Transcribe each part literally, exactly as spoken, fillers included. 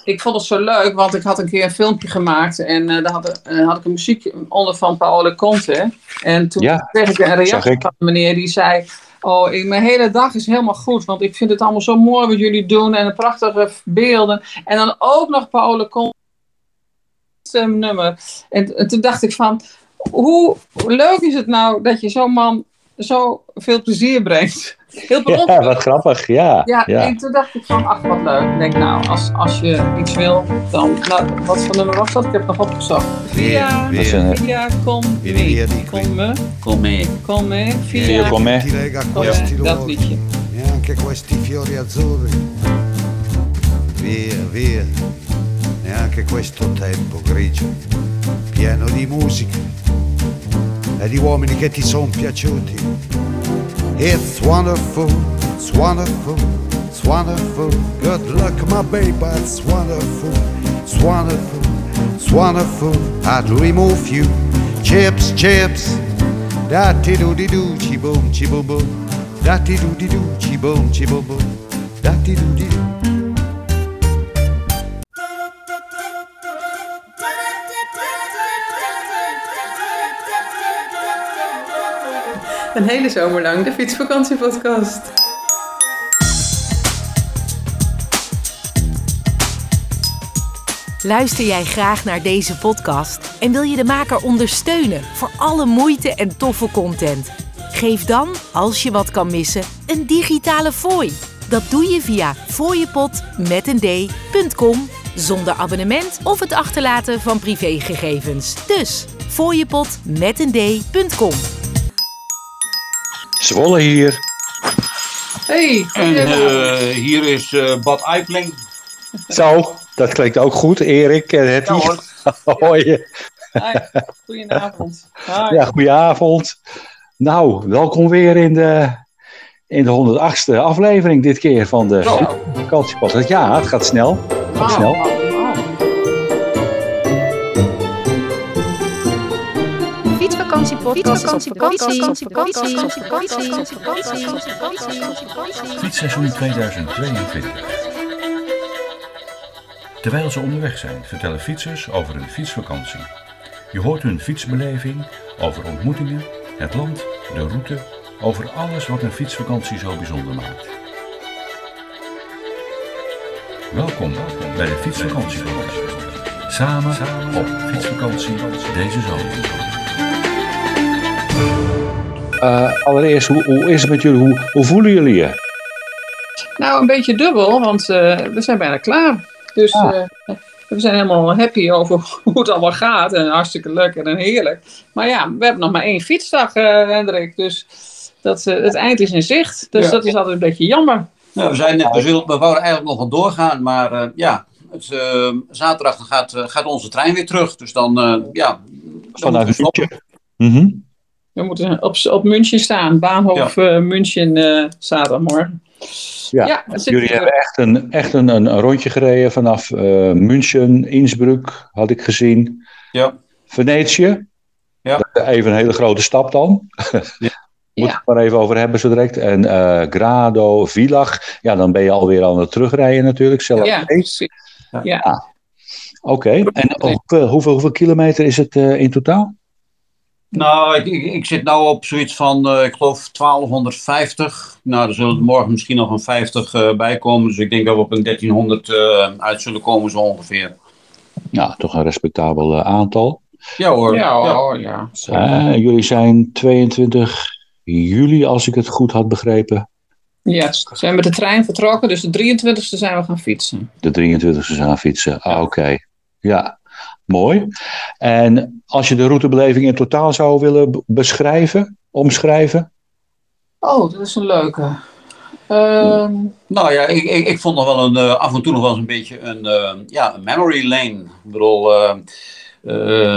ik vond het zo leuk, want ik had een keer een filmpje gemaakt en uh, daar had, uh, had ik een muziek onder van Paolo Conte. En toen Ja, kreeg ik een reactie ik. van een meneer die zei, oh, ik, mijn hele dag is helemaal goed, want ik vind het allemaal zo mooi wat jullie doen en prachtige beelden. En dan ook nog Paolo Conte nummer. En, en toen dacht ik van, hoe leuk is het nou dat je zo'n man zo veel plezier brengt. Heel ja, wat grappig, ja. Ja, ja. En toen dacht ik van, ach, wat leuk. Ik denk, nou, als, als je iets wil, dan... Nou, wat voor nummer was dat? Ik heb het nog opgezocht. Via, via, via, kom, mee, kom me, Con me. kom me, via, via con me. Ja, dat liedje. E anche questi fiori azzurri, via, via, neanche questo tempo grigio, pieno di musica e di uomini che ti son piaciuti. It's wonderful, it's wonderful, it's wonderful. Good luck, my baby, it's wonderful, it's wonderful, it's wonderful. I'd remove you, chips, chips. Da-ti-do-di-do, chi-boom, chi-boom-boom. Da-ti-do-di-do, chi-boom, chi-boom-boom. Da-ti-do-di-do. Een hele zomer lang de Fietsvakantiepodcast. Luister jij graag naar deze podcast en wil je de maker ondersteunen voor alle moeite en toffe content? Geef dan, als je wat kan missen, een digitale fooi. Dat doe je via fooiepot met een d punt com zonder abonnement of het achterlaten van privégegevens. Dus fooiepot met een d punt com. Zwolle hier. Hey, En uh, hier is uh, Bad Aibling. Zo, dat klinkt ook goed, Erik en Hetty. Ja, Hoi. Hi, goedenavond. Hi. Ja, goedenavond. Nou, welkom weer in de, in de honderdachtste aflevering dit keer van de vakantiepodcast. Ja, het gaat snel. Het gaat snel. Wow, wow. Fietsseizoen tweeduizend tweeëntwintig. Terwijl ze onderweg zijn, vertellen fietsers over hun fietsvakantie. Je hoort hun fietsbeleving, over ontmoetingen, het land, de route, over alles wat een fietsvakantie zo bijzonder maakt. Welkom bij de Fietsvakantiepodcast. Samen op fietsvakantie deze zomer. Uh, allereerst, hoe, hoe is het met jullie? Hoe, hoe voelen jullie je? Nou, een beetje dubbel, want uh, we zijn bijna klaar. Dus Ah. uh, we zijn helemaal happy over hoe het allemaal gaat. En hartstikke lekker en heerlijk. Maar ja, we hebben nog maar één fietsdag, uh, Hendrik. Dus dat, uh, het eind is in zicht. Dus Ja. dat is altijd een beetje jammer. Nou, we, zijn, we, zullen, we wouden eigenlijk nog wel doorgaan, maar uh, ja, het, uh, zaterdag dan gaat, uh, gaat onze trein weer terug. Dus dan, uh, ja, dan Vanuit moeten we stoppen. Mm-hmm. We moeten op, op München staan. Bahnhof ja. uh, München uh, zaterdagmorgen. Ja, Ja, het zit jullie hier. hebben echt een, echt een, een, een rondje gereden vanaf uh, München, Innsbruck, had ik gezien. Ja. Venetië. Ja. Even een hele grote stap dan. Ja. Moet Ja. ik maar even over hebben zo direct. En uh, Grado, Villach. Ja, dan ben je alweer aan het terugrijden natuurlijk. Zelf Ja, precies. Oké. Ja. Okay. En hoeveel, hoeveel, hoeveel kilometer is het uh, in totaal? Nou, ik, ik, ik zit nou op zoiets van, uh, ik geloof twaalfhonderdvijftig. Nou, er zullen er morgen misschien nog een vijftig uh, bij komen. Dus ik denk dat we op een dertienhonderd uh, uit zullen komen zo ongeveer. Nou, toch een respectabel uh, aantal. Ja hoor. Ja, Ja. oh, ja. Zo. Uh, jullie zijn tweeëntwintig juli, als ik het goed had begrepen. Ja, we zijn met de trein vertrokken. Dus de drieëntwintigste zijn we gaan fietsen. De drieëntwintigste zijn aan fietsen. Ah, oké. Okay. Ja, mooi. En als je de routebeleving in totaal zou willen b- beschrijven, omschrijven? Oh, dat is een leuke. Uh, Nou ja, ik, ik, ik vond nog wel een, uh, af en toe nog wel eens een beetje een, uh, ja, een memory lane. Ik bedoel, uh, uh,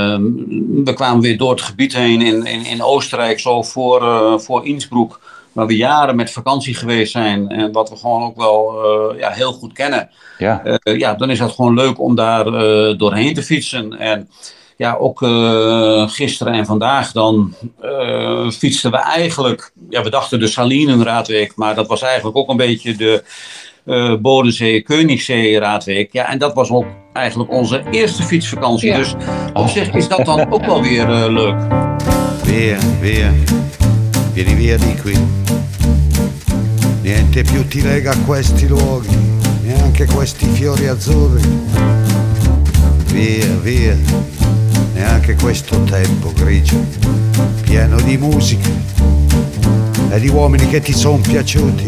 we kwamen weer door het gebied heen in, in, in Oostenrijk, zo voor, uh, voor Innsbruck, waar we jaren met vakantie geweest zijn en wat we gewoon ook wel uh, ja, heel goed kennen. Ja. Uh, ja, dan is het gewoon leuk om daar uh, doorheen te fietsen. En ja, ook uh, gisteren en vandaag dan uh, fietsten we eigenlijk, ja, we dachten de Salinenraadweg, maar dat was eigenlijk ook een beetje de, uh, Bodensee, Koningszee Raadweek. Ja, en dat was ook eigenlijk onze eerste fietsvakantie. Ja. Dus op zich is dat dan ook wel weer uh, leuk. Via, via, vieni via di qui. Niente più ti lega a questi luoghi, neanche questi fiori azzurri. Via, via, neanche questo tempo grigio, pieno di musica e di uomini che ti son piaciuti.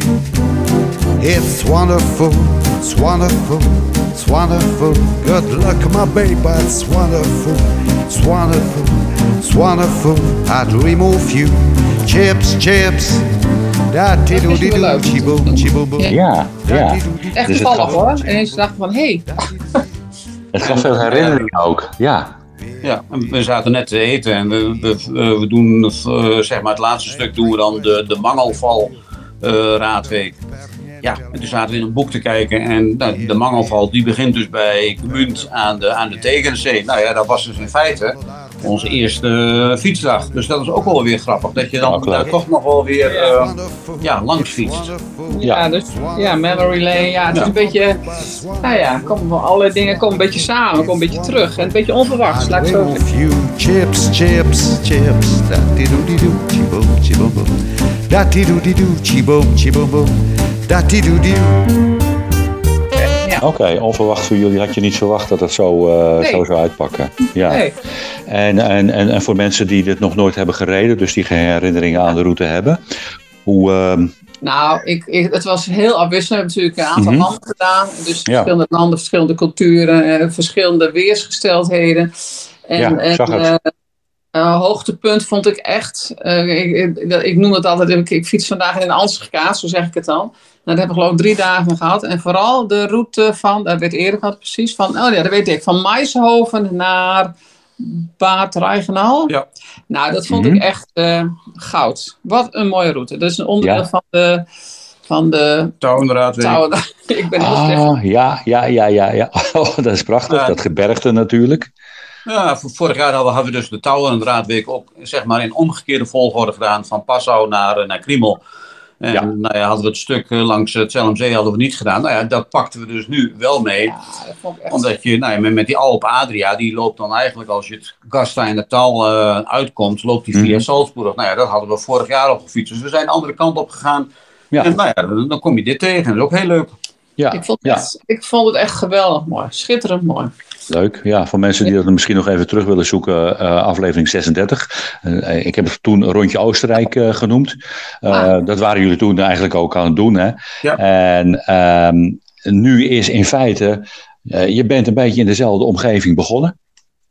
It's wonderful, it's wonderful, it's wonderful. Good luck, my baby, it's wonderful, it's wonderful, it's wonderful. I'd remove you, chips, chips. Dat is wel leuk. Ja, ja. Echt dus toevallig hoor. En eens dachten van, hé. Hey. Het gaf veel herinneringen ook, ja. Ja, we zaten net te eten en we, we, we doen, uh, zeg maar het laatste stuk doen we dan de, de Mangelval uh, Raadweek. Ja, en toen zaten we in een boek te kijken en nou, de Mangelval die begint dus bij Gmunt aan de, aan de Tegensee. Nou ja, dat was dus in feite onze eerste uh, fietsdag. Dus dat is ook wel weer grappig, dat je dan daar toch nog wel weer uh, ja, langs fietst. Ja, dus ja, memory lane, ja, het is ja. een beetje, nou ja, komen alle dingen komen een beetje samen, komen een beetje terug en een beetje onverwachts, laat ik zo zeggen. Chips, chips, chips, da-di-do-di-do, chiboom, chiboom, da-di-do-di-do, chiboom, chiboom, da-di-do-di-do. Ja. Oké, okay, onverwacht voor jullie had je niet verwacht dat het zo, uh, nee. zo zou uitpakken. Ja. Nee. En, en, en, en voor mensen die dit nog nooit hebben gereden, dus die geen herinneringen aan de route hebben, hoe... Uh... Nou, ik, ik, het was heel afwisselend. We hebben natuurlijk een aantal mm-hmm. landen gedaan. Dus ja. verschillende landen, verschillende culturen, uh, verschillende weersgesteldheden. En, ja, en, zag het. Uh, uh, hoogtepunt vond ik echt, uh, ik, ik, ik noem het altijd, ik, ik fiets vandaag in een Ansichtkaart, zo zeg ik het dan. Nou, dat hebben we geloof ik drie dagen gehad. En vooral de route van, dat weet eerder gehad precies, van, oh ja, dat weet ik, van Maishoven naar Bad Reichenhall. Ja. Nou, dat vond mm-hmm. ik echt uh, goud. Wat een mooie route. Dat is een onderdeel ja. van de... Van de Touwenraadweek. Ik ben heel ah, slecht. Ja, ja, ja, ja. ja. Oh, dat is prachtig. Uh, dat gebergte natuurlijk. Ja, vorig jaar hadden we dus de Touwenraadweek ook zeg maar in omgekeerde volgorde gedaan. Van Passau naar, naar Kriemel. En ja. nou ja, hadden we het stuk langs het Zelmzee hadden we niet gedaan. Nou ja, dat pakten we dus nu wel mee. Ja, dat vond ik echt... Omdat je, nou ja, met, met die Alp Adria, die loopt dan eigenlijk als je het Gasteiner-Tal uh, uitkomt, loopt die via mm. Salzburg. Nou ja, dat hadden we vorig jaar op gefietst. Dus we zijn de andere kant op gegaan. Ja. En nou ja, dan, dan kom je dit tegen. Dat is ook heel leuk. Ja. Ik, vond het, ja. ik vond het echt geweldig mooi. Schitterend mooi. Leuk, ja. Voor mensen die dat misschien nog even terug willen zoeken, uh, aflevering zesendertig. Uh, ik heb het toen een rondje Oostenrijk uh, genoemd. Uh, ah. Dat waren jullie toen eigenlijk ook aan het doen. Hè? Ja. En um, nu is in feite, uh, je bent een beetje in dezelfde omgeving begonnen.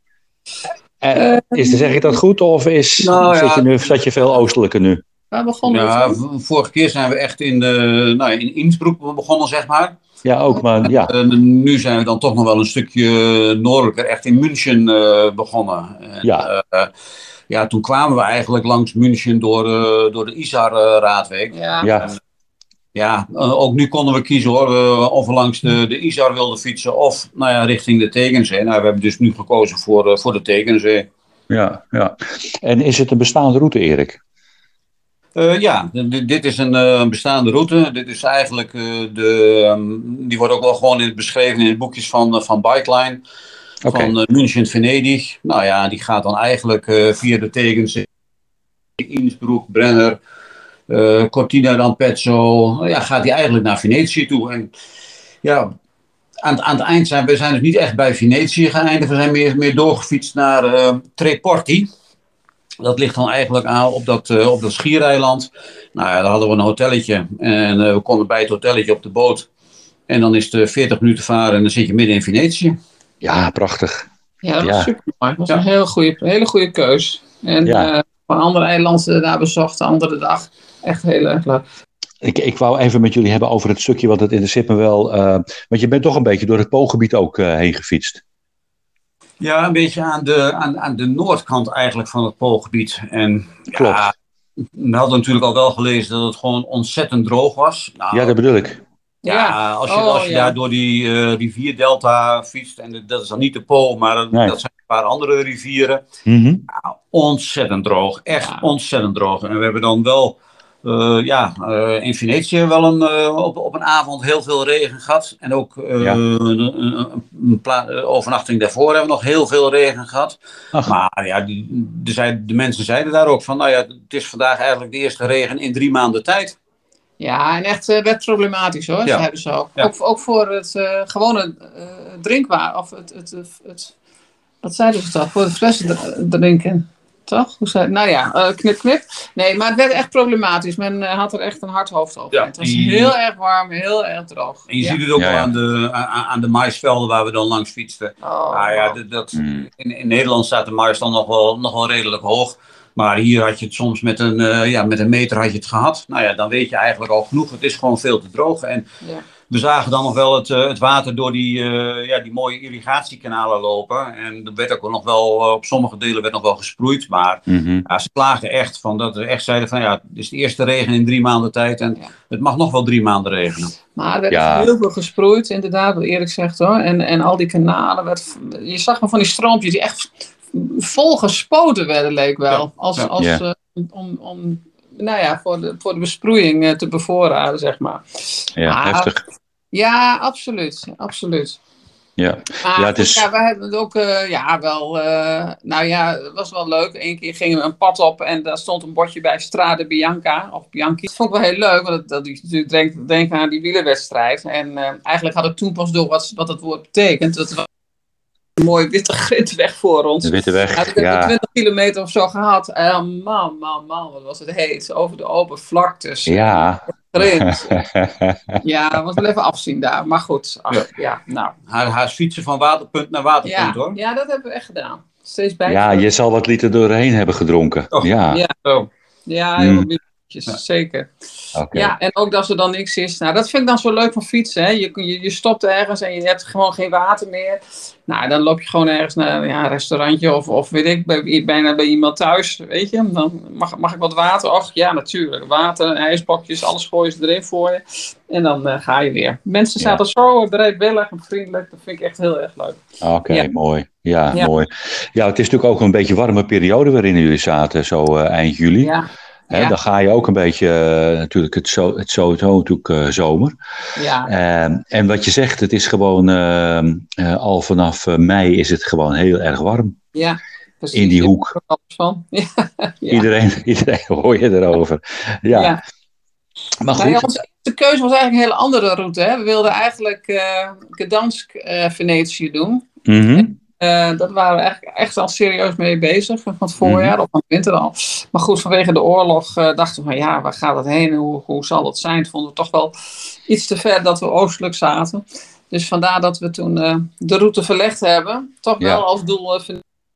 Uh, is, zeg ik dat goed? Of is, nou, zit, je nu, zat je veel oostelijker nu? Waar begonnen ja, we? Vorige keer zijn we echt in, de, nou, in Innsbruck begonnen, zeg maar. Ja, ook, maar ja. En, uh, nu zijn we dan toch nog wel een stukje noordelijker, echt in München uh, begonnen. En, ja. Uh, ja, toen kwamen we eigenlijk langs München door, uh, door de Isar-raadweek. Uh, ja. ja. En, ja, uh, ook nu konden we kiezen hoor, uh, of we langs de, de Isar wilden fietsen of nou ja, richting de Tegensee. Nou, we hebben dus nu gekozen voor, uh, voor de Tegensee. Ja, ja. En is het een bestaande route, Erik? Uh, ja, d- dit is een uh, bestaande route. Dit is eigenlijk uh, de. Um, die wordt ook wel gewoon in, beschreven in de boekjes van, uh, van Bikeline. Okay. Van uh, München-Venedig. Nou ja, die gaat dan eigenlijk uh, via de Tegensee, Innsbruck, Brenner, uh, Cortina d'Ampezzo. Ja, gaat die eigenlijk naar Venetië toe. En ja, aan, aan het eind zijn we zijn dus niet echt bij Venetië geëindigd. We zijn meer, meer doorgefietst naar uh, Treporti. Dat ligt dan eigenlijk aan op dat, uh, op dat schiereiland. Nou ja, daar hadden we een hotelletje. En uh, we konden bij het hotelletje op de boot. En dan is het veertig minuten varen en dan zit je midden in Venetië. Ja, prachtig. Ja, dat was ja. super mooi. Dat was ja. een heel goede, hele goede keus. En ja. uh, van andere eilanden daar bezocht, de andere dag. Echt heel erg leuk. Ik, ik wou even met jullie hebben over het stukje, want het interesseert me wel. Uh, want je bent toch een beetje door het Poolgebied ook uh, heen gefietst. Ja, een beetje aan de, aan, aan de noordkant eigenlijk van het Poolgebied. En klopt. Ja, we hadden natuurlijk al wel gelezen dat het gewoon ontzettend droog was. Nou, ja, dat bedoel ik. Ja, ja. als je, oh, als je ja. daar door die uh, rivierdelta fietst, en dat is dan niet de Pool, maar nee. dat zijn een paar andere rivieren. Mm-hmm. Ja, ontzettend droog, echt ja. ontzettend droog. En we hebben dan wel Uh, ja, uh, in Venetië wel een, uh, op, op een avond heel veel regen gehad. En ook uh, ja. een, een, een pla- overnachting daarvoor hebben we nog heel veel regen gehad. Ach. Maar ja, die, de, zei, de mensen zeiden daar ook van, nou ja, het is vandaag eigenlijk de eerste regen in drie maanden tijd. Ja, en echt uh, werd problematisch hoor, ja. zeiden ze ook. Ja. ook. Ook voor het uh, gewone uh, drinkwater, of het, het, het, het, wat zeiden ze toch, voor de flessen drinken. Toch? Hoe zei, nou ja, uh, knip, knip. Nee, maar het werd echt problematisch. Men uh, had er echt een hard hoofd over. Ja, het was heel erg warm, heel erg droog. En je ja. ziet het ook ja, wel ja. aan de, aan, aan de maisvelden waar we dan langs fietsten. Oh, nou ja, wow. dat, mm. in, in Nederland staat de mais dan nog wel, nog wel redelijk hoog. Maar hier had je het soms met een, uh, ja, met een meter had je het gehad. Nou ja, dan weet je eigenlijk al genoeg. Het is gewoon veel te droog. En ja. we zagen dan nog wel het, uh, het water door die, uh, ja, die mooie irrigatiekanalen lopen. En er werd ook nog wel, uh, op sommige delen werd nog wel gesproeid. Maar mm-hmm. ja, ze klaagden echt van dat ze echt zeiden van ja, het is de eerste regen in drie maanden tijd. En ja. het mag nog wel drie maanden regenen. Maar er werd ja. heel veel gesproeid, inderdaad, wat Erik zegt hoor. En, en al die kanalen, werd, je zag maar van die stroompjes die echt vol gespoten werden, leek wel. Ja. Als, ja. als, yeah. uh, om, om, nou ja, voor de, voor de besproeiing uh, te bevoorraden, zeg maar. Ja, maar, heftig. Ja, absoluut, absoluut. Ja, maar, ja het is... Ja, we hebben het ook, uh, ja, wel, uh, nou ja, het was wel leuk. Eén keer gingen we een pad op en daar stond een bordje bij Strade Bianca, of Bianchi. Dat vond ik wel heel leuk, want dat, dat ik natuurlijk denk, denk aan die wielerwedstrijd. En uh, eigenlijk had ik toen pas door wat, wat het woord betekent. Dat was een mooie witte grindweg voor ons. De witte weg, nou, ik heb ja. twintig kilometer of zo gehad. Uh, man, man, man, wat was het heet. Over de open vlaktes. Ja. Ja, we moeten wel even afzien daar. Maar goed, ach, ja. ja, nou. Haar, haar fietsen van waterpunt naar waterpunt, ja, hoor. Ja, dat hebben we echt gedaan. Steeds bij. Ja, je zal wat liter doorheen hebben gedronken. Oh. Ja, ja. Oh. Ja, heel mm. minuutjes, ja. zeker. Okay. Ja, en ook dat er dan niks is. Nou, dat vind ik dan zo leuk van fietsen. Hè. Je, je, je stopt ergens en je hebt gewoon geen water meer. Nou, dan loop je gewoon ergens naar ja, een restaurantje of, of weet ik, bij, bijna bij iemand thuis, weet je. Dan mag, mag ik wat water? Och, ja, natuurlijk. Water, ijsblokjes, alles gooien ze erin voor je. En dan uh, ga je weer. Mensen zaten ja. zo bereidwillig en vriendelijk. Dat vind ik echt heel erg leuk. Oké, okay, ja. mooi. Ja, ja, mooi. Ja, het is natuurlijk ook een beetje warme periode waarin jullie zaten, zo uh, eind juli. Ja. He, ja. Dan ga je ook een beetje, uh, natuurlijk het zo, het sowieso natuurlijk uh, zomer. Ja. Uh, en wat je zegt, het is gewoon, uh, uh, al vanaf uh, mei is het gewoon heel erg warm. Ja, precies. In die hoek. Van. Ja. Ja. Iedereen, iedereen hoor je erover. Ja. ja. Maar goed. Nou ja, onze eerste keuze was eigenlijk een hele andere route. Hè. We wilden eigenlijk uh, Gdansk, uh, Venetië doen. Mm-hmm. Uh, dat waren we echt, echt al serieus mee bezig van het voorjaar mm-hmm. of van de winter al. Maar goed, vanwege de oorlog uh, dachten we van ja, waar gaat het heen? Hoe, hoe zal het zijn? Het vonden we toch wel iets te ver dat we oostelijk zaten. Dus vandaar dat we toen uh, de route verlegd hebben. Toch wel ja. als doel, uh,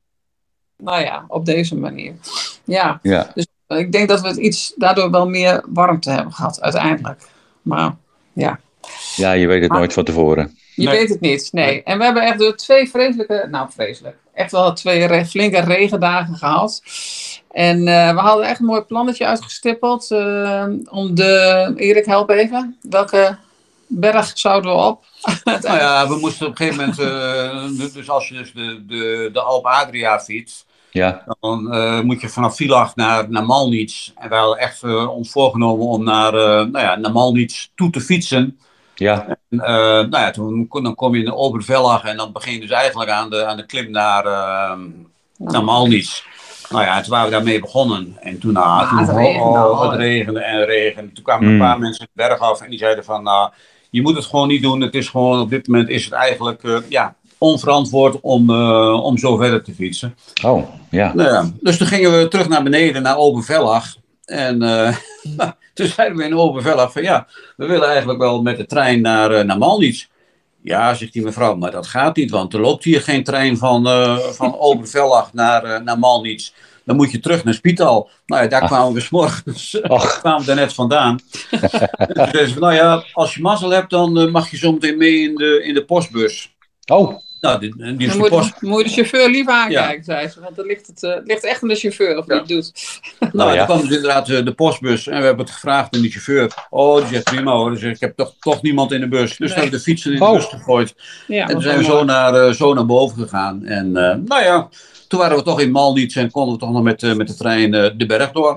nou ja, op deze manier. Ja, ja. Dus uh, ik denk dat we het iets daardoor wel meer warmte hebben gehad uiteindelijk. Maar ja. Ja, je weet het maar, nooit van tevoren. Je nee. weet het niet, nee. En we hebben echt door twee vreselijke, nou vreselijk, echt wel twee re- flinke regendagen gehad. En uh, we hadden echt een mooi plannetje uitgestippeld. Uh, om de, Erik, help even. Welke berg zouden we op? Nou ja, we moesten op een gegeven moment, uh, dus als je dus de, de, de Alpe Adria fietst, ja. dan uh, moet je vanaf Villach naar, naar Malnitz. En wij hadden echt uh, ons voorgenomen om naar, uh, nou ja, naar Malnitz toe te fietsen. Ja. En, uh, nou ja, toen dan kom je in de Obervellach en dan begin je dus eigenlijk aan de, aan de klim naar, uh, naar Malnitz. Nou ja, toen waren we daarmee begonnen. En toen, nou, ah, toen het, regende, oh, het regende en regende. Toen kwamen mm. een paar mensen de berg af en die zeiden van, nou, je moet het gewoon niet doen. Het is gewoon, op dit moment is het eigenlijk, uh, ja, onverantwoord om, uh, om zo verder te fietsen. Oh, ja. Nou ja. Dus toen gingen we terug naar beneden, naar Obervellach. En uh, toen zeiden we in Obervellach van ja, we willen eigenlijk wel met de trein naar, uh, naar Malnitz. Ja, zegt die mevrouw, maar dat gaat niet, want er loopt hier geen trein van, uh, van Obervellach naar, uh, naar Malnitz. Dan moet je terug naar Spital. Nou ja, daar Ach. kwamen we 's morgens, kwamen we daar net vandaan. Dus zei, nou ja, als je mazzel hebt, dan uh, mag je zometeen mee in de, in de postbus. Oh. Nou, die, die dan moet, post... moet je de chauffeur liever aankijken, ja. zei ze. Want dan ligt het, uh, het ligt echt aan de chauffeur of hij ja. het doet. Nou, nou ja. dan kwam dus inderdaad uh, de postbus en we hebben het gevraagd aan die chauffeur. Oh, die zegt prima hoor. Dus ik heb toch, toch niemand in de bus. Dus nee. we hebben de fietsen in de oh. bus gegooid. Ja, en toen zijn we zo naar, uh, zo naar boven gegaan. En uh, nou ja, toen waren we toch in Malnitz en konden we toch nog met, uh, met de trein uh, de berg door.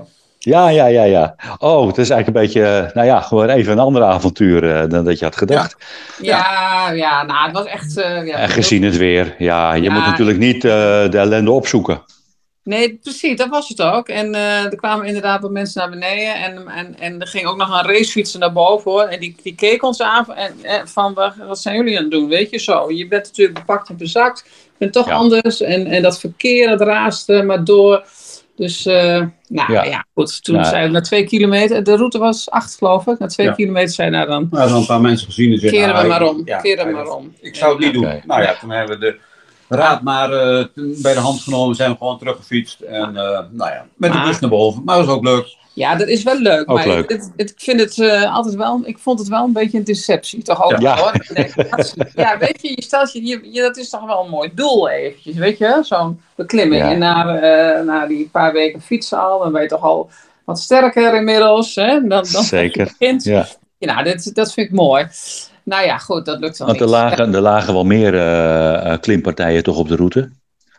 Ja, ja, ja, ja. Oh, het is eigenlijk een beetje, nou ja, gewoon even een ander avontuur uh, dan dat je had gedacht. Ja, ja, ja nou, het was echt... Uh, ja, en gezien het weer, ja, je ja, moet natuurlijk niet uh, de ellende opzoeken. Nee, precies, dat was het ook. En uh, er kwamen inderdaad wat mensen naar beneden. En, en, en er ging ook nog een racefietser naar boven, hoor. En die, die keek ons aan en, en van, wat zijn jullie aan het doen, weet je zo. Je bent natuurlijk bepakt en bezakt. Je bent toch ja. anders. En, en dat verkeer, dat raaste maar door. Dus, uh, nou ja. ja, goed. Toen nou, zeiden we na twee kilometer, de route was acht, geloof ik. Na twee ja. kilometer zei nou dan... Nou, dan een paar mensen gezien en zeggen... Keren nou, we maar om, ja, keren we ja, maar om. Ik zou het niet doen. Okay. Nou ja, toen hebben we de raad maar uh, bij de hand genomen. Zijn we gewoon teruggefietst. En uh, nou ja, met de bus naar boven. Maar dat was ook leuk. Ja, dat is wel leuk. Ook maar leuk. Ik, het, ik vind het uh, altijd wel... Ik vond het wel een beetje een deceptie. Toch ook ja. hoor. Nee, dat, ja, weet je, je stelt je, je, je... Dat is toch wel een mooi doel eventjes, weet je? Zo'n beklimming. Ja. En na, uh, na die paar weken fietsen al... Dan ben je toch al wat sterker inmiddels. Hè? Dan, dan Zeker. Begint. Ja. Ja, nou, dit, dat vind ik mooi. Nou ja, goed, dat lukt wel Want niet. er lagen, er lagen wel meer uh, klimpartijen toch op de route?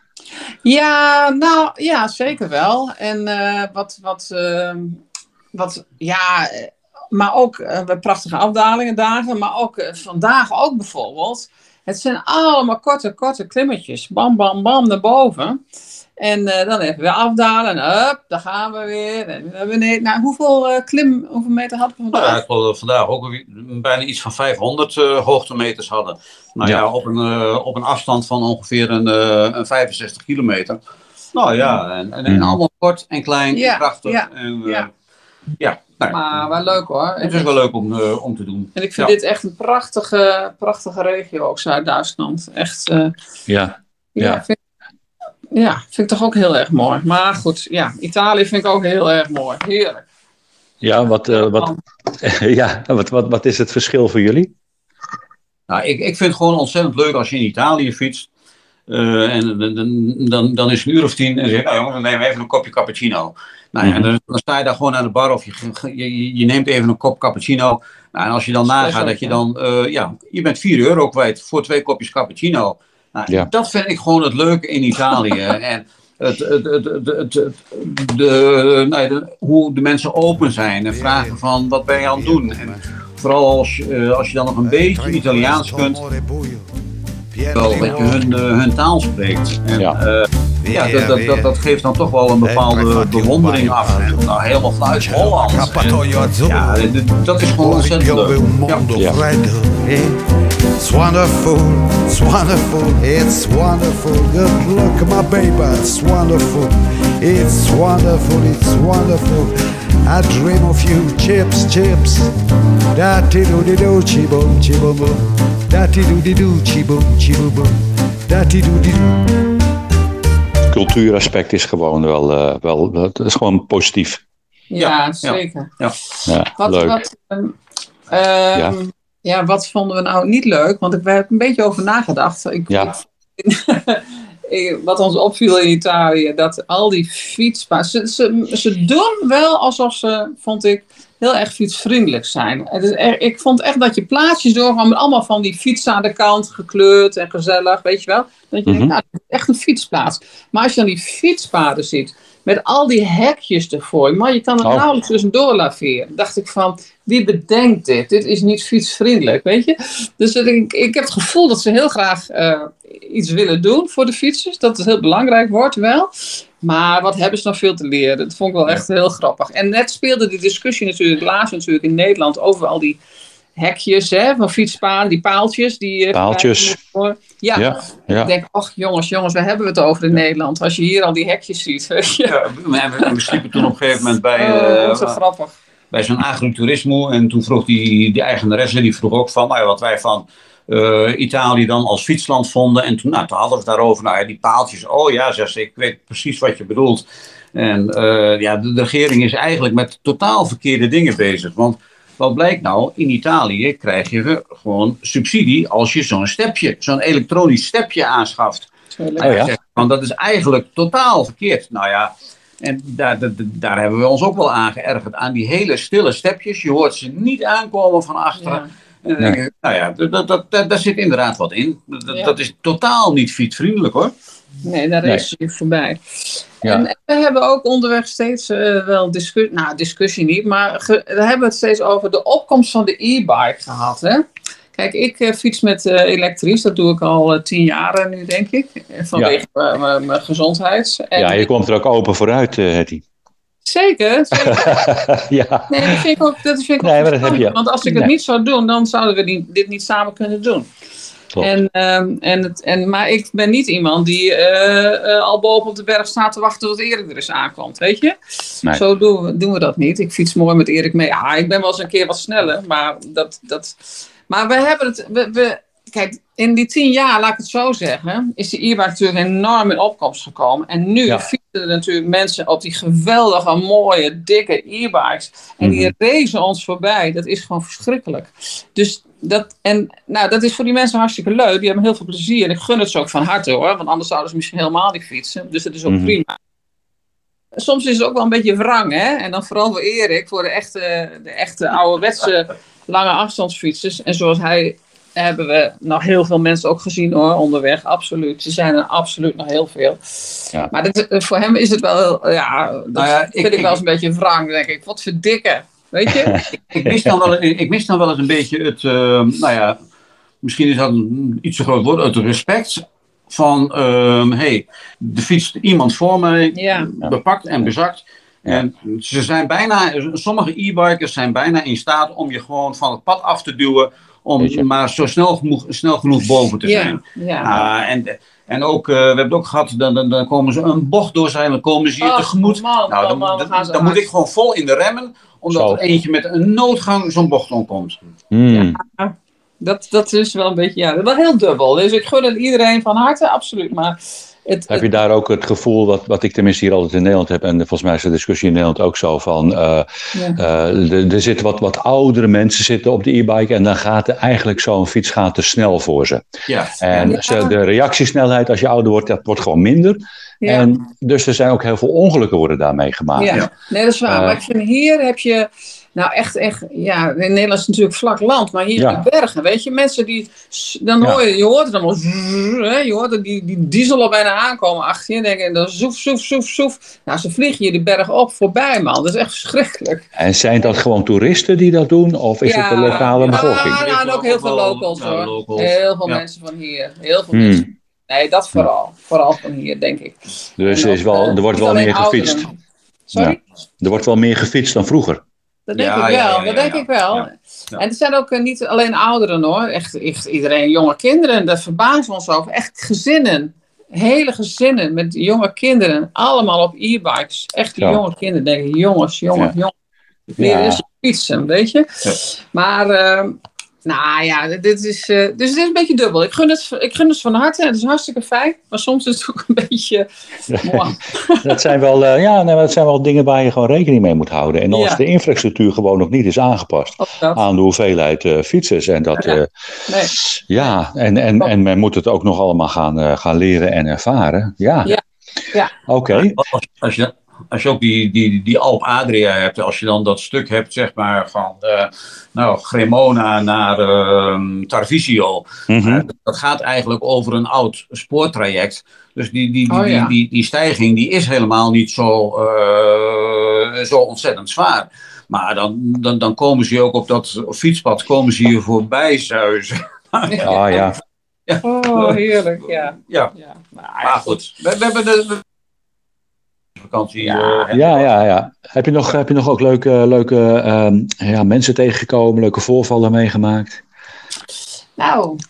Ja, nou, ja, zeker wel. En uh, wat, wat, uh, wat, ja, maar ook uh, prachtige afdalingen dagen, maar ook uh, vandaag ook bijvoorbeeld. Het zijn allemaal korte, korte klimmetjes. Bam, bam, bam, naar boven. En uh, dan even weer afdalen en up, daar gaan we weer. En naar beneden. Nou, hoeveel uh, klim, hoeveel meter hadden we vandaag? Nou, ik geloof dat we vandaag ook bijna iets van vijfhonderd uh, hoogtemeters hadden. Nou ja, ja op, een, uh, op een afstand van ongeveer een, uh, een vijfenzestig kilometer. Nou ja, en, en, en allemaal kort en klein ja, en krachtig. Ja, en, uh, ja. ja nou, maar wel leuk hoor. Het is wel leuk om, uh, om te doen. En ik vind ja. dit echt een prachtige, prachtige regio, ook Zuid-Duitsland. Echt. Uh, ja. Ja, ja. Vind, ja, vind ik toch ook heel erg mooi. Maar goed, ja, Italië vind ik ook heel erg mooi. Heerlijk. Ja, wat, uh, wat, ja wat, wat, wat is het verschil voor jullie? Nou, ik, ik vind het gewoon ontzettend leuk als je in Italië fietst. Uh, en dan, dan, dan is het een uur of tien en dan zeg je, nou jongens, dan nemen we even een kopje cappuccino. Nou ja, mm-hmm. dan, dan sta je daar gewoon aan de bar of je, je, je neemt even een kop cappuccino. Nou, en als je dan nagaat dat je dan, uh, ja, je bent vier euro kwijt voor twee kopjes cappuccino. Nou, ja. Dat vind ik gewoon het leuke in Italië. en het, het, het, het, het, het, de, nee, de, hoe de mensen open zijn en vragen van, wat ben je aan het doen? En vooral als, uh, als je dan nog een beetje Italiaans kunt. Wel dat je hun, uh, hun taal spreekt. En, ja. Uh, ja, dat, dat, dat, dat geeft dan toch wel een bepaalde bewondering af. En, nou, helemaal vanuit Holland. En, ja, dat is gewoon ontzettend leuk. Ja. Ja. It's wonderful, it's wonderful, it's wonderful. Good look, my baby, it's wonderful. It's wonderful, it's wonderful. I dream of you, chips, chips. Da-ti-do-di-do, chi-boom, chi-boom-boom. Da-ti-do-di-do, chi-boom, chi-boom-boom. Da-ti-do-di-do. Het cultuuraspect is gewoon wel, uh, wel, dat is gewoon positief. Ja, ja zeker. Ja. Ja, wat, leuk. Wat, um, um, ja. ja, wat vonden we nou niet leuk? Want ik heb een beetje over nagedacht. Ik, ja. ik, wat ons opviel in Italië, dat al die fietspaden, ze, ze, ze doen wel alsof ze, vond ik, heel erg fietsvriendelijk zijn. Het is er, ik vond echt dat je plaatsjes doorkwam met allemaal van die fietsen aan de kant, gekleurd en gezellig, weet je wel. Dat je mm-hmm. denkt, nou, het is echt een fietsplaats. Maar als je dan die fietspaden ziet, met al die hekjes ervoor, maar je kan er oh. nauwelijks tussendoor laveren. Dacht ik van, wie bedenkt dit? Dit is niet fietsvriendelijk, weet je. Dus ik, ik heb het gevoel dat ze heel graag uh, iets willen doen voor de fietsers. Dat het heel belangrijk wordt wel. Maar wat hebben ze nog veel te leren? Dat vond ik wel echt heel grappig. En net speelde die discussie natuurlijk laatst natuurlijk in Nederland over al die hekjes hè, van fietspaden, die paaltjes. Die, paaltjes. Ja, ja, ja. Ik denk, ach jongens, jongens, waar hebben we het over in Nederland? Als je hier al die hekjes ziet. Weet je? Ja, we, we sliepen toen op een gegeven moment bij, oh, uh, zo grappig. bij zo'n agriturismo. En toen vroeg die, die eigenaresse, die vroeg ook van, nou ja, wat wij van uh, Italië dan als fietsland vonden. En toen, nou, toen hadden we het daarover, nou ja, die paaltjes. Oh ja, zegt ze, ik weet precies wat je bedoelt. En uh, ja, de, de regering is eigenlijk met totaal verkeerde dingen bezig. Want wat blijkt nou? In Italië krijg je gewoon subsidie als je zo'n stepje, zo'n elektronisch stepje aanschaft. Oh, ja. Zegt, want dat is eigenlijk totaal verkeerd. Nou ja, en daar, daar, daar hebben we ons ook wel aan geërgerd. Aan die hele stille stepjes. Je hoort ze niet aankomen van achteren. En dan denk ik, nou ja, dat, dat, dat, daar zit inderdaad wat in. Dat, ja. dat is totaal niet fietsvriendelijk hoor. Nee, daar is je voorbij. Ja. En we hebben ook onderweg steeds uh, wel discussie, nou discussie niet, maar ge, we hebben het steeds over de opkomst van de e-bike gehad. Hè? Kijk, ik uh, fiets met uh, elektrisch, dat doe ik al uh, tien jaar nu denk ik, vanwege ja. uh, mijn gezondheid. En ja, je komt er ook open vooruit, uh, Hetty. Zeker, zeker. ja. Nee, dat vind ik ook, dat vind ik ook nee, maar dat heb je. Want als ik nee. het niet zou doen, dan zouden we die, dit niet samen kunnen doen. En, um, en het, en, maar ik ben niet iemand die uh, uh, al boven op de berg staat te wachten tot Erik er eens aankomt, weet je? Nee. Zo doen we, doen we dat niet. Ik fiets mooi met Erik mee. Ja, ik ben wel eens een keer wat sneller, maar dat... dat maar we hebben het... We, we, kijk, in die tien jaar, laat ik het zo zeggen, is de e-bike natuurlijk enorm in opkomst gekomen. En nu ja. fietsen er natuurlijk mensen op die geweldige, mooie, dikke e-bikes. En die mm-hmm. racen ons voorbij. Dat is gewoon verschrikkelijk. Dus dat, en, nou, dat is voor die mensen hartstikke leuk. Die hebben heel veel plezier. En ik gun het ze ook van harte hoor. Want anders zouden ze misschien helemaal niet fietsen. Dus dat is ook mm-hmm. prima. Soms is het ook wel een beetje wrang, hè. En dan vooral voor Erik, voor de echte, de echte ouderwetse lange afstandsfietsers. En zoals hij... hebben we nog heel veel mensen ook gezien hoor, onderweg. Absoluut. Ze zijn er absoluut nog heel veel. Ja. Maar dit, voor hem is het wel, ja, dat nou ja, vind ik, ik wel eens een beetje wrang, denk ik. Wat verdikken, weet je? ik, ik, mis dan wel, ik mis dan wel eens een beetje het, uh, nou ja, misschien is dat een iets te groot woord, het respect van, uh, hey, er fietst iemand voor mij, ja. bepakt en bezakt. En ze zijn bijna, sommige e-bikers zijn bijna in staat om je gewoon van het pad af te duwen, om maar zo snel genoeg, snel genoeg boven te zijn. Ja, ja. Uh, en, en ook, uh, we hebben het ook gehad, dan, dan, dan komen ze een bocht doorzeilen, dan komen ze hier oh, tegemoet. Man, nou, dan, man, dan, dan, dan moet ik gewoon vol in de remmen, omdat zo. er eentje met een noodgang zo'n bocht omkomt. Hmm. Ja, dat, dat is wel een beetje, ja, wel heel dubbel. Dus ik gun het iedereen van harte, absoluut. Maar het, heb je daar ook het gevoel, wat, wat ik tenminste hier altijd in Nederland heb, en volgens mij is de discussie in Nederland ook zo, van uh, ja. uh, er, er zitten wat, wat oudere mensen zitten op de e-bike en dan gaat er eigenlijk zo'n fiets gaat te snel voor ze. Ja. En ja. Ze, de reactiesnelheid als je ouder wordt, dat wordt gewoon minder. Ja. En dus er zijn ook heel veel ongelukken worden daarmee gemaakt. Ja, ja. Nee, dat is waar. Uh, maar ik vind hier heb je... Nou, echt, echt, ja, in Nederland is het natuurlijk vlak land, maar hier ja. in de bergen, weet je, mensen die, dan hoor je, je hoort het allemaal, hè, je hoort die, die diesel al bijna aankomen achter je, en denk je, dan zoef, zoef, zoef, zoef. Nou, ze vliegen je die berg op voorbij, man, dat is echt verschrikkelijk. En zijn dat gewoon toeristen die dat doen, of is ja, het de lokale ja, bevolking? Ja, nou, en ook heel veel locals, hoor. Locals. Heel veel ja. mensen van hier, heel veel hmm. mensen. Nee, dat vooral, ja. vooral van hier, denk ik. Dus er, is wel, er wordt wel meer gefietst. Ouderen. Sorry? Ja. Er wordt wel meer gefietst dan vroeger. Dat denk ja, ik wel, ja, ja, ja, dat denk ja. ik wel. Ja, ja. En er zijn ook uh, niet alleen ouderen hoor, echt, echt iedereen, jonge kinderen, daar verbazen we ons over. Echt gezinnen, hele gezinnen met jonge kinderen, allemaal op e-bikes. Echt die ja. jonge kinderen denken, jongens, jongens, ja. jongens. Leren eens fietsen, weet je. Ja. Maar, uh, nou ja, dit is, uh, dus het is een beetje dubbel. Ik gun het, ik gun het van harte, het is hartstikke fijn, maar soms is het ook een beetje... dat zijn wel, uh, ja, nee, dat zijn wel dingen waar je gewoon rekening mee moet houden. En als ja. de infrastructuur gewoon nog niet is aangepast aan de hoeveelheid uh, fietsers. En dat, uh, nee. ja, en, en, en men moet het ook nog allemaal gaan, uh, gaan leren en ervaren. Ja, ja. ja. Oké. Okay. Als, als je... Als je ook die, die, die Alp Adria hebt, als je dan dat stuk hebt, zeg maar, van uh, nou, Cremona naar uh, Tarvisio. Mm-hmm. Uh, dat gaat eigenlijk over een oud spoortraject. Dus die, die, die, oh, ja. die, die, die stijging die is helemaal niet zo, uh, zo ontzettend zwaar. Maar dan, dan, dan komen ze ook op dat fietspad, komen ze hier voorbij zuizen. Ah ja. ja. Oh, heerlijk, ja. ja. ja. Maar, maar goed, we, we hebben de... vakantie. Ja, uh, ja, ja, ja. Heb je nog, heb je nog ook leuke, leuke um, ja, mensen tegengekomen, leuke voorvallen meegemaakt? Nou.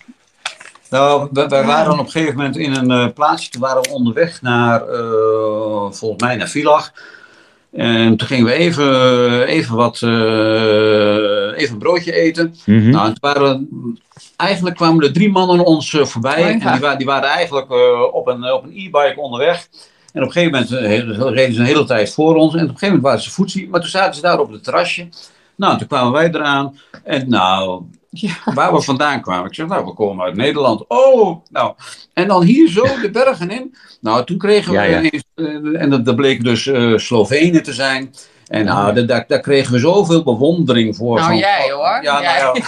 Nou, wij, wij waren dan op een gegeven moment in een uh, plaatsje, toen waren we onderweg naar, uh, volgens mij naar Villach. En toen gingen we even, even wat, uh, even een broodje eten. Mm-hmm. Nou, en toen waren, eigenlijk kwamen er drie mannen ons uh, voorbij. Oh, ja. En die, wa- die waren eigenlijk uh, op een, op een e-bike onderweg. En op een gegeven moment reden ze een hele tijd voor ons. En op een gegeven moment waren ze voetsie. Maar toen zaten ze daar op het terrasje. Nou, toen kwamen wij eraan. En nou, ja. waar we vandaan kwamen. Ik zeg, nou, we komen uit Nederland. Oh, nou. En dan hier zo de bergen in. Nou, toen kregen we... Ja, ja. Ineens, uh, en dat, dat bleek dus uh, Slovenen te zijn. En nou, daar, daar kregen we zoveel bewondering voor. Nou, van, jij hoor. Ja, jij. nou ja.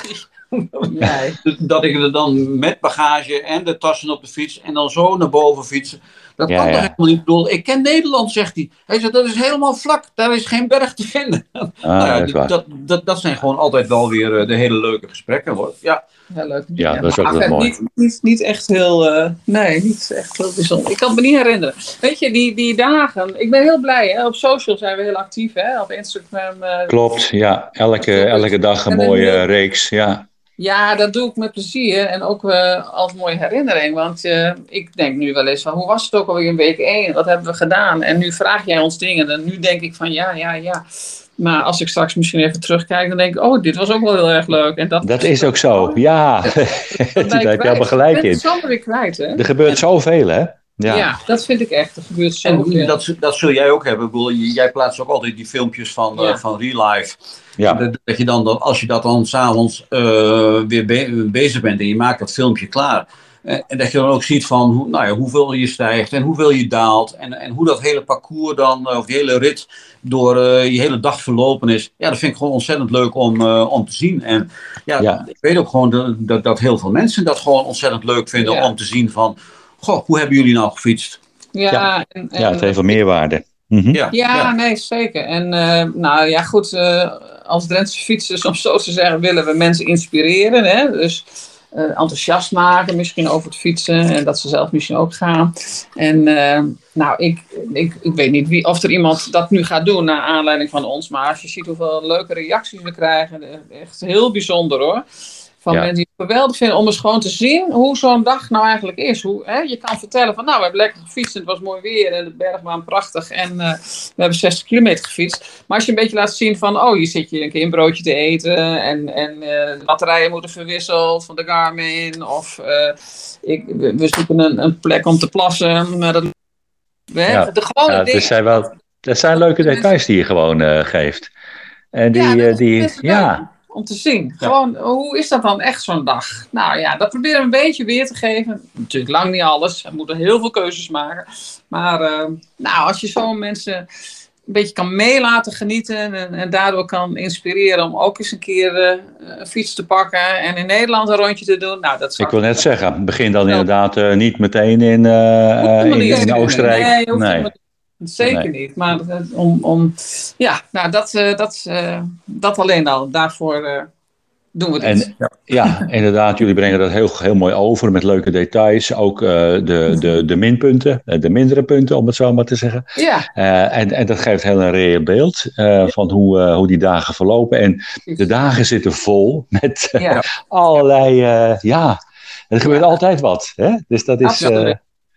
Nee. Dat ik er dan met bagage en de tassen op de fiets en dan zo naar boven fietsen. Dat Ja, kan ja. toch helemaal niet. Ik bedoel, ik ken Nederland, zegt hij. Hij zegt, dat is helemaal vlak. Daar is geen berg te vinden. Ah, nou ja, dat is waar. dat, dat, dat zijn gewoon altijd wel weer uh, de hele leuke gesprekken, hoor. Ja. Ja, leuk. Ja, dat is ook maar wel mooi. Niet, niet, niet echt heel, uh, nee, niet echt heel bijzonder. Ik kan het me niet herinneren. Weet je, die, die dagen, ik ben heel blij. Hè? Op social zijn we heel actief, hè? Op Instagram. Uh, Klopt, ja. Elke, elke dag een mooie uh, reeks, ja. Ja, dat doe ik met plezier en ook uh, als mooie herinnering. Want uh, ik denk nu wel eens van, hoe was het ook alweer in week één? Wat hebben we gedaan? En nu vraag jij ons dingen en nu denk ik van, ja, ja, ja. Maar als ik straks misschien even terugkijk, dan denk ik, oh, dit was ook wel heel erg leuk. En dat, dat is ook zo, ja. Daar heb je helemaal gelijk in. Je bent het zo weer kwijt, hè? Er gebeurt zoveel, hè? Ja. ja, dat vind ik echt. Er gebeurt zoveel. En dat, dat zul jij ook hebben. Ik bedoel, jij plaatst ook altijd die filmpjes van, ja. uh, van Real Life. Ja. Dat, dat je dan, als je dat dan s'avonds uh, weer be- bezig bent en je maakt dat filmpje klaar. En, en dat je dan ook ziet van hoe, nou ja, hoeveel je stijgt en hoeveel je daalt. En, en hoe dat hele parcours dan, of die hele rit door uh, je hele dag verlopen is. Ja, dat vind ik gewoon ontzettend leuk om, uh, om te zien. En ja, ja, ik weet ook gewoon dat, dat, dat heel veel mensen dat gewoon ontzettend leuk vinden ja. om te zien van... Goh, hoe hebben jullie nou gefietst? Ja, ja. En, en, ja het heeft wel meerwaarde. Mm-hmm. Ja, ja, ja, nee, zeker. En uh, nou ja, goed, uh, als Drentse fietsers, om zo te zeggen, willen we mensen inspireren. Hè? Dus uh, enthousiast maken misschien over het fietsen en dat ze zelf misschien ook gaan. En uh, nou, ik, ik, ik weet niet wie, of er iemand dat nu gaat doen naar aanleiding van ons. Maar als je ziet hoeveel leuke reacties we krijgen, echt heel bijzonder hoor. Van ja. mensen die het geweldig vinden om eens gewoon te zien hoe zo'n dag nou eigenlijk is. Hoe, hè, je kan vertellen van nou, we hebben lekker gefietst en het was mooi weer en de bergen waren prachtig en uh, we hebben zestig kilometer gefietst. Maar als je een beetje laat zien van oh, hier zit je een keer een broodje te eten en, en uh, de batterijen moeten verwisseld van de Garmin of uh, ik, we zoeken een, een plek om te plassen. Maar dat, hè, ja. de gewone ja, dingen. Zijn wel, dat zijn leuke details die je gewoon uh, geeft. En die, ja, uh, die ja. om te zien. Gewoon, ja. Hoe is dat dan echt zo'n dag? Nou ja, dat proberen we een beetje weer te geven. Natuurlijk lang niet alles. We moeten heel veel keuzes maken. Maar uh, nou, als je zo mensen een beetje kan mee laten genieten en, en daardoor kan inspireren om ook eens een keer uh, een fiets te pakken en in Nederland een rondje te doen. Nou, dat ik wil net zeggen, begin dan inderdaad uh, niet meteen in, uh, in, in, in Oostenrijk. Nee, nee. nee. Zeker nee. niet, maar om, om ja, nou dat, uh, dat, uh, dat alleen al, daarvoor uh, doen we dit. En, ja. ja, inderdaad, jullie brengen dat heel, heel mooi over met leuke details, ook uh, de, de, de minpunten, de mindere punten om het zo maar te zeggen. Ja. Uh, en, en dat geeft heel een reëel beeld uh, ja. van hoe, uh, hoe die dagen verlopen en de dagen zitten vol met uh, ja. allerlei, uh, ja, er gebeurt ja. altijd wat, hè? Dus dat is... Uh,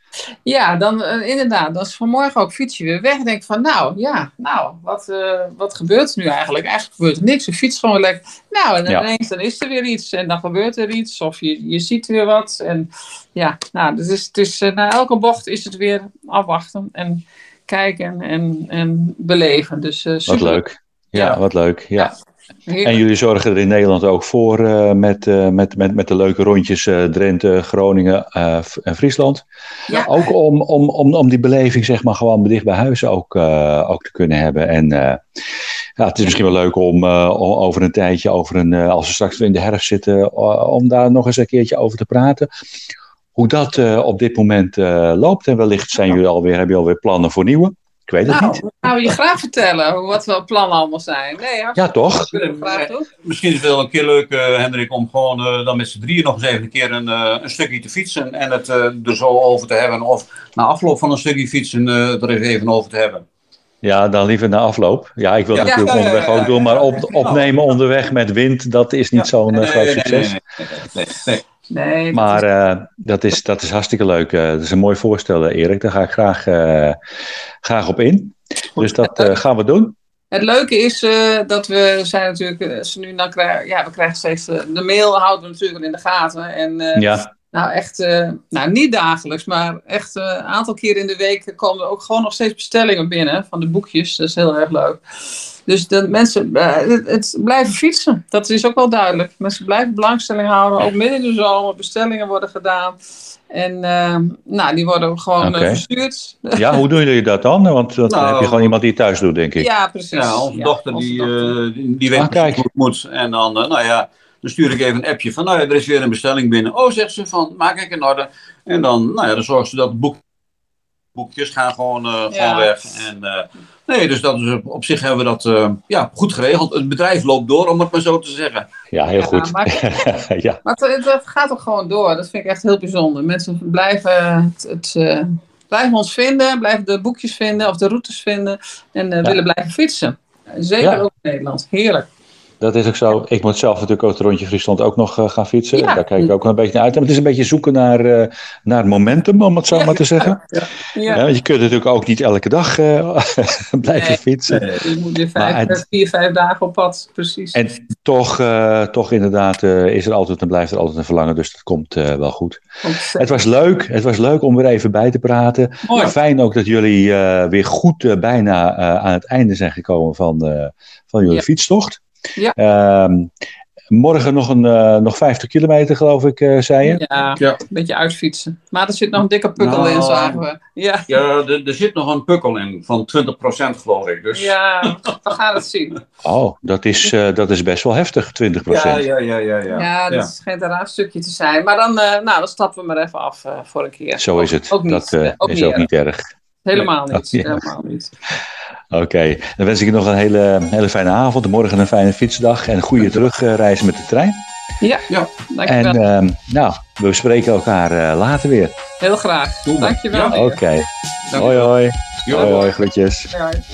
Ja, dan uh, inderdaad, dan is vanmorgen ook fiets je weer weg en denk van nou, ja, nou, wat, uh, wat gebeurt er nu eigenlijk? Eigenlijk gebeurt er niks, je fietst gewoon lekker. Nou, en dan ja. ineens dan is er weer iets en dan gebeurt er iets of je, je ziet weer wat. En ja, nou, dus het is, uh, na elke bocht is het weer afwachten en kijken en, en beleven. Dus, uh, wat leuk, ja, ja, wat leuk, ja. ja. Heerlijk. En jullie zorgen er in Nederland ook voor uh, met, uh, met, met, met de leuke rondjes uh, Drenthe, Groningen uh, en Friesland. Ja. Ook om, om, om, om die beleving zeg maar gewoon dicht bij huis ook, uh, ook te kunnen hebben. En uh, ja, het is misschien wel leuk om, uh, om over een tijdje, over een, uh, als we straks in de herfst zitten, uh, om daar nog eens een keertje over te praten. Hoe dat uh, op dit moment uh, loopt. En wellicht zijn jullie alweer, hebben jullie alweer plannen voor nieuwe. Ik weet het nou, niet. Nou, je graag vertellen wat we plannen allemaal zijn. Nee, ja, toch? Graag, toch? Misschien is het wel een keer leuk, uh, Hendrik, om gewoon uh, dan met z'n drieën nog eens even een keer een, uh, een stukje te fietsen. En het uh, er zo over te hebben. Of na afloop van een stukje fietsen uh, er even, even over te hebben. Ja, dan liever na afloop. Ja, ik wil het ja, natuurlijk ja, onderweg ja, ja, ook doen. Maar op, opnemen onderweg met wind, dat is niet ja, zo'n nee, groot nee, succes. Nee, nee, nee, nee, nee. Nee, maar dat is... Uh, dat, is, dat is hartstikke leuk. Uh, dat is een mooi voorstel, Erik. Daar ga ik graag, uh, graag op in. Goed, dus dat uh, gaan we doen. Het leuke is uh, dat we zijn natuurlijk, als we nu dan krijgen, ja, we krijgen steeds uh, de mail houden we natuurlijk in de gaten. En uh, ja. nou echt, uh, nou niet dagelijks, maar echt een uh, aantal keer in de week komen er ook gewoon nog steeds bestellingen binnen van de boekjes. Dat is heel erg leuk. Dus de mensen uh, het, het blijven fietsen, dat is ook wel duidelijk. Mensen blijven belangstelling houden, ook midden in de zomer, bestellingen worden gedaan. En uh, nou, die worden ook gewoon okay. uh, verstuurd. Ja, hoe doen jullie dat dan? Want dan nou, heb je gewoon iemand die het thuis doet, denk ik. Ja, precies. Ja, onze ja, dochter, onze die, dochter. Uh, die, die weet ah, precies hoe het moet. En dan, uh, nou ja, Dan stuur ik even een appje van, nou ja, er is weer een bestelling binnen. Oh, zegt ze van, maak ik in orde. En dan, nou ja, dan zorgt ze dat het boek, boekjes gaan gewoon, uh, ja. gewoon weg. En, uh, nee, dus dat is, op zich hebben we dat uh, ja, goed geregeld. Het bedrijf loopt door, om het maar zo te zeggen. Ja, heel goed. Ja, maar ja. maar het, het gaat ook gewoon door. Dat vind ik echt heel bijzonder. Mensen blijven het... het uh, Blijven ons vinden, blijven de boekjes vinden of de routes vinden en uh, ja. willen blijven fietsen. Zeker ja. ook in Nederland. Heerlijk. Dat is ook zo. Ik moet zelf natuurlijk ook het rondje Friesland ook nog uh, gaan fietsen. Ja. Daar kijk ik ook een beetje naar uit. Maar het is een beetje zoeken naar, uh, naar momentum, om het zo ja. maar te zeggen. Ja. Ja. Ja, want je kunt natuurlijk ook niet elke dag uh, blijven nee, fietsen. Nee, je moet weer vijf, het, vier, vijf dagen op pad, precies. En toch, uh, toch inderdaad uh, is er altijd en blijft er altijd een verlangen. Dus dat komt uh, wel goed. Ontzettend. Het was leuk. Het was leuk om weer even bij te praten. Mooi. Fijn ook dat jullie uh, weer goed uh, bijna uh, aan het einde zijn gekomen van, uh, van jullie ja. fietstocht. Ja. Um, morgen nog, een, uh, nog vijftig kilometer, geloof ik, uh, zei je? Ja, ja, een beetje uitfietsen. Maar er zit nog een dikke pukkel nou, in, zagen we. Ja, ja er, er zit nog een pukkel in van twintig procent, geloof ik. Dus. Ja, we gaan het zien. Oh, dat is, uh, dat is best wel heftig, twintig procent. Ja, ja, ja. Ja, ja. ja dat ja. schijnt een raar stukje te zijn. Maar dan, uh, nou, dan stappen we maar even af uh, voor een keer. Zo is het. Ook niet, dat uh, ook is niet ook niet erg. Helemaal niet. Ja. Helemaal niet. Oké, okay. Dan wens ik je nog een hele, hele fijne avond. Morgen een fijne fietsdag en een goede terugreis met de trein. Ja, ja. Dankjewel. En uh, nou, we spreken elkaar uh, later weer. Heel graag. Doe dankjewel. Ja. Oké. Okay. Hoi hoi. Jo. Hoi hoi, groetjes. Hoi, hoi.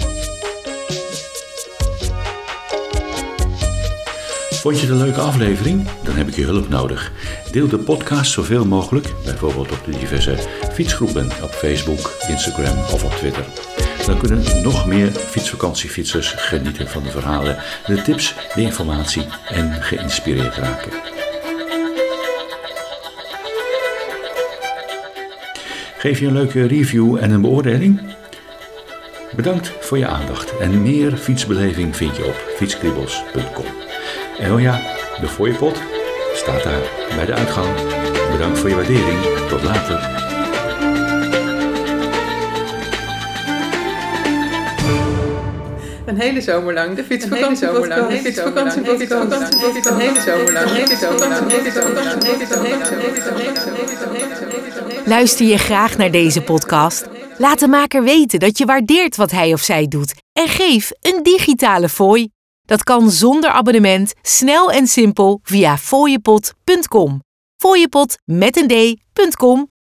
Vond je het een leuke aflevering? Dan heb ik je hulp nodig. Deel de podcast zoveel mogelijk, bijvoorbeeld op de diverse fietsgroepen op Facebook, Instagram of op Twitter. Dan kunnen nog meer fietsvakantiefietsers genieten van de verhalen, de tips, de informatie en geïnspireerd raken. Geef je een leuke review en een beoordeling? Bedankt voor je aandacht en meer fietsbeleving vind je op fietskriebels punt com. En oh ja, de fooiepot staat daar bij de uitgang. Bedankt voor je waardering. Tot later. Een hele zomer lang de fietsvakantie zomerlang. De fietsvakantie podcast. Een hele zomer lang. De fietsvakantie. Luister je graag naar deze podcast? Laat de maker weten dat je waardeert wat hij of zij doet. En geef een digitale fooi. Dat kan zonder abonnement, snel en simpel via fooiepot punt com. Fooiepot met een d punt com.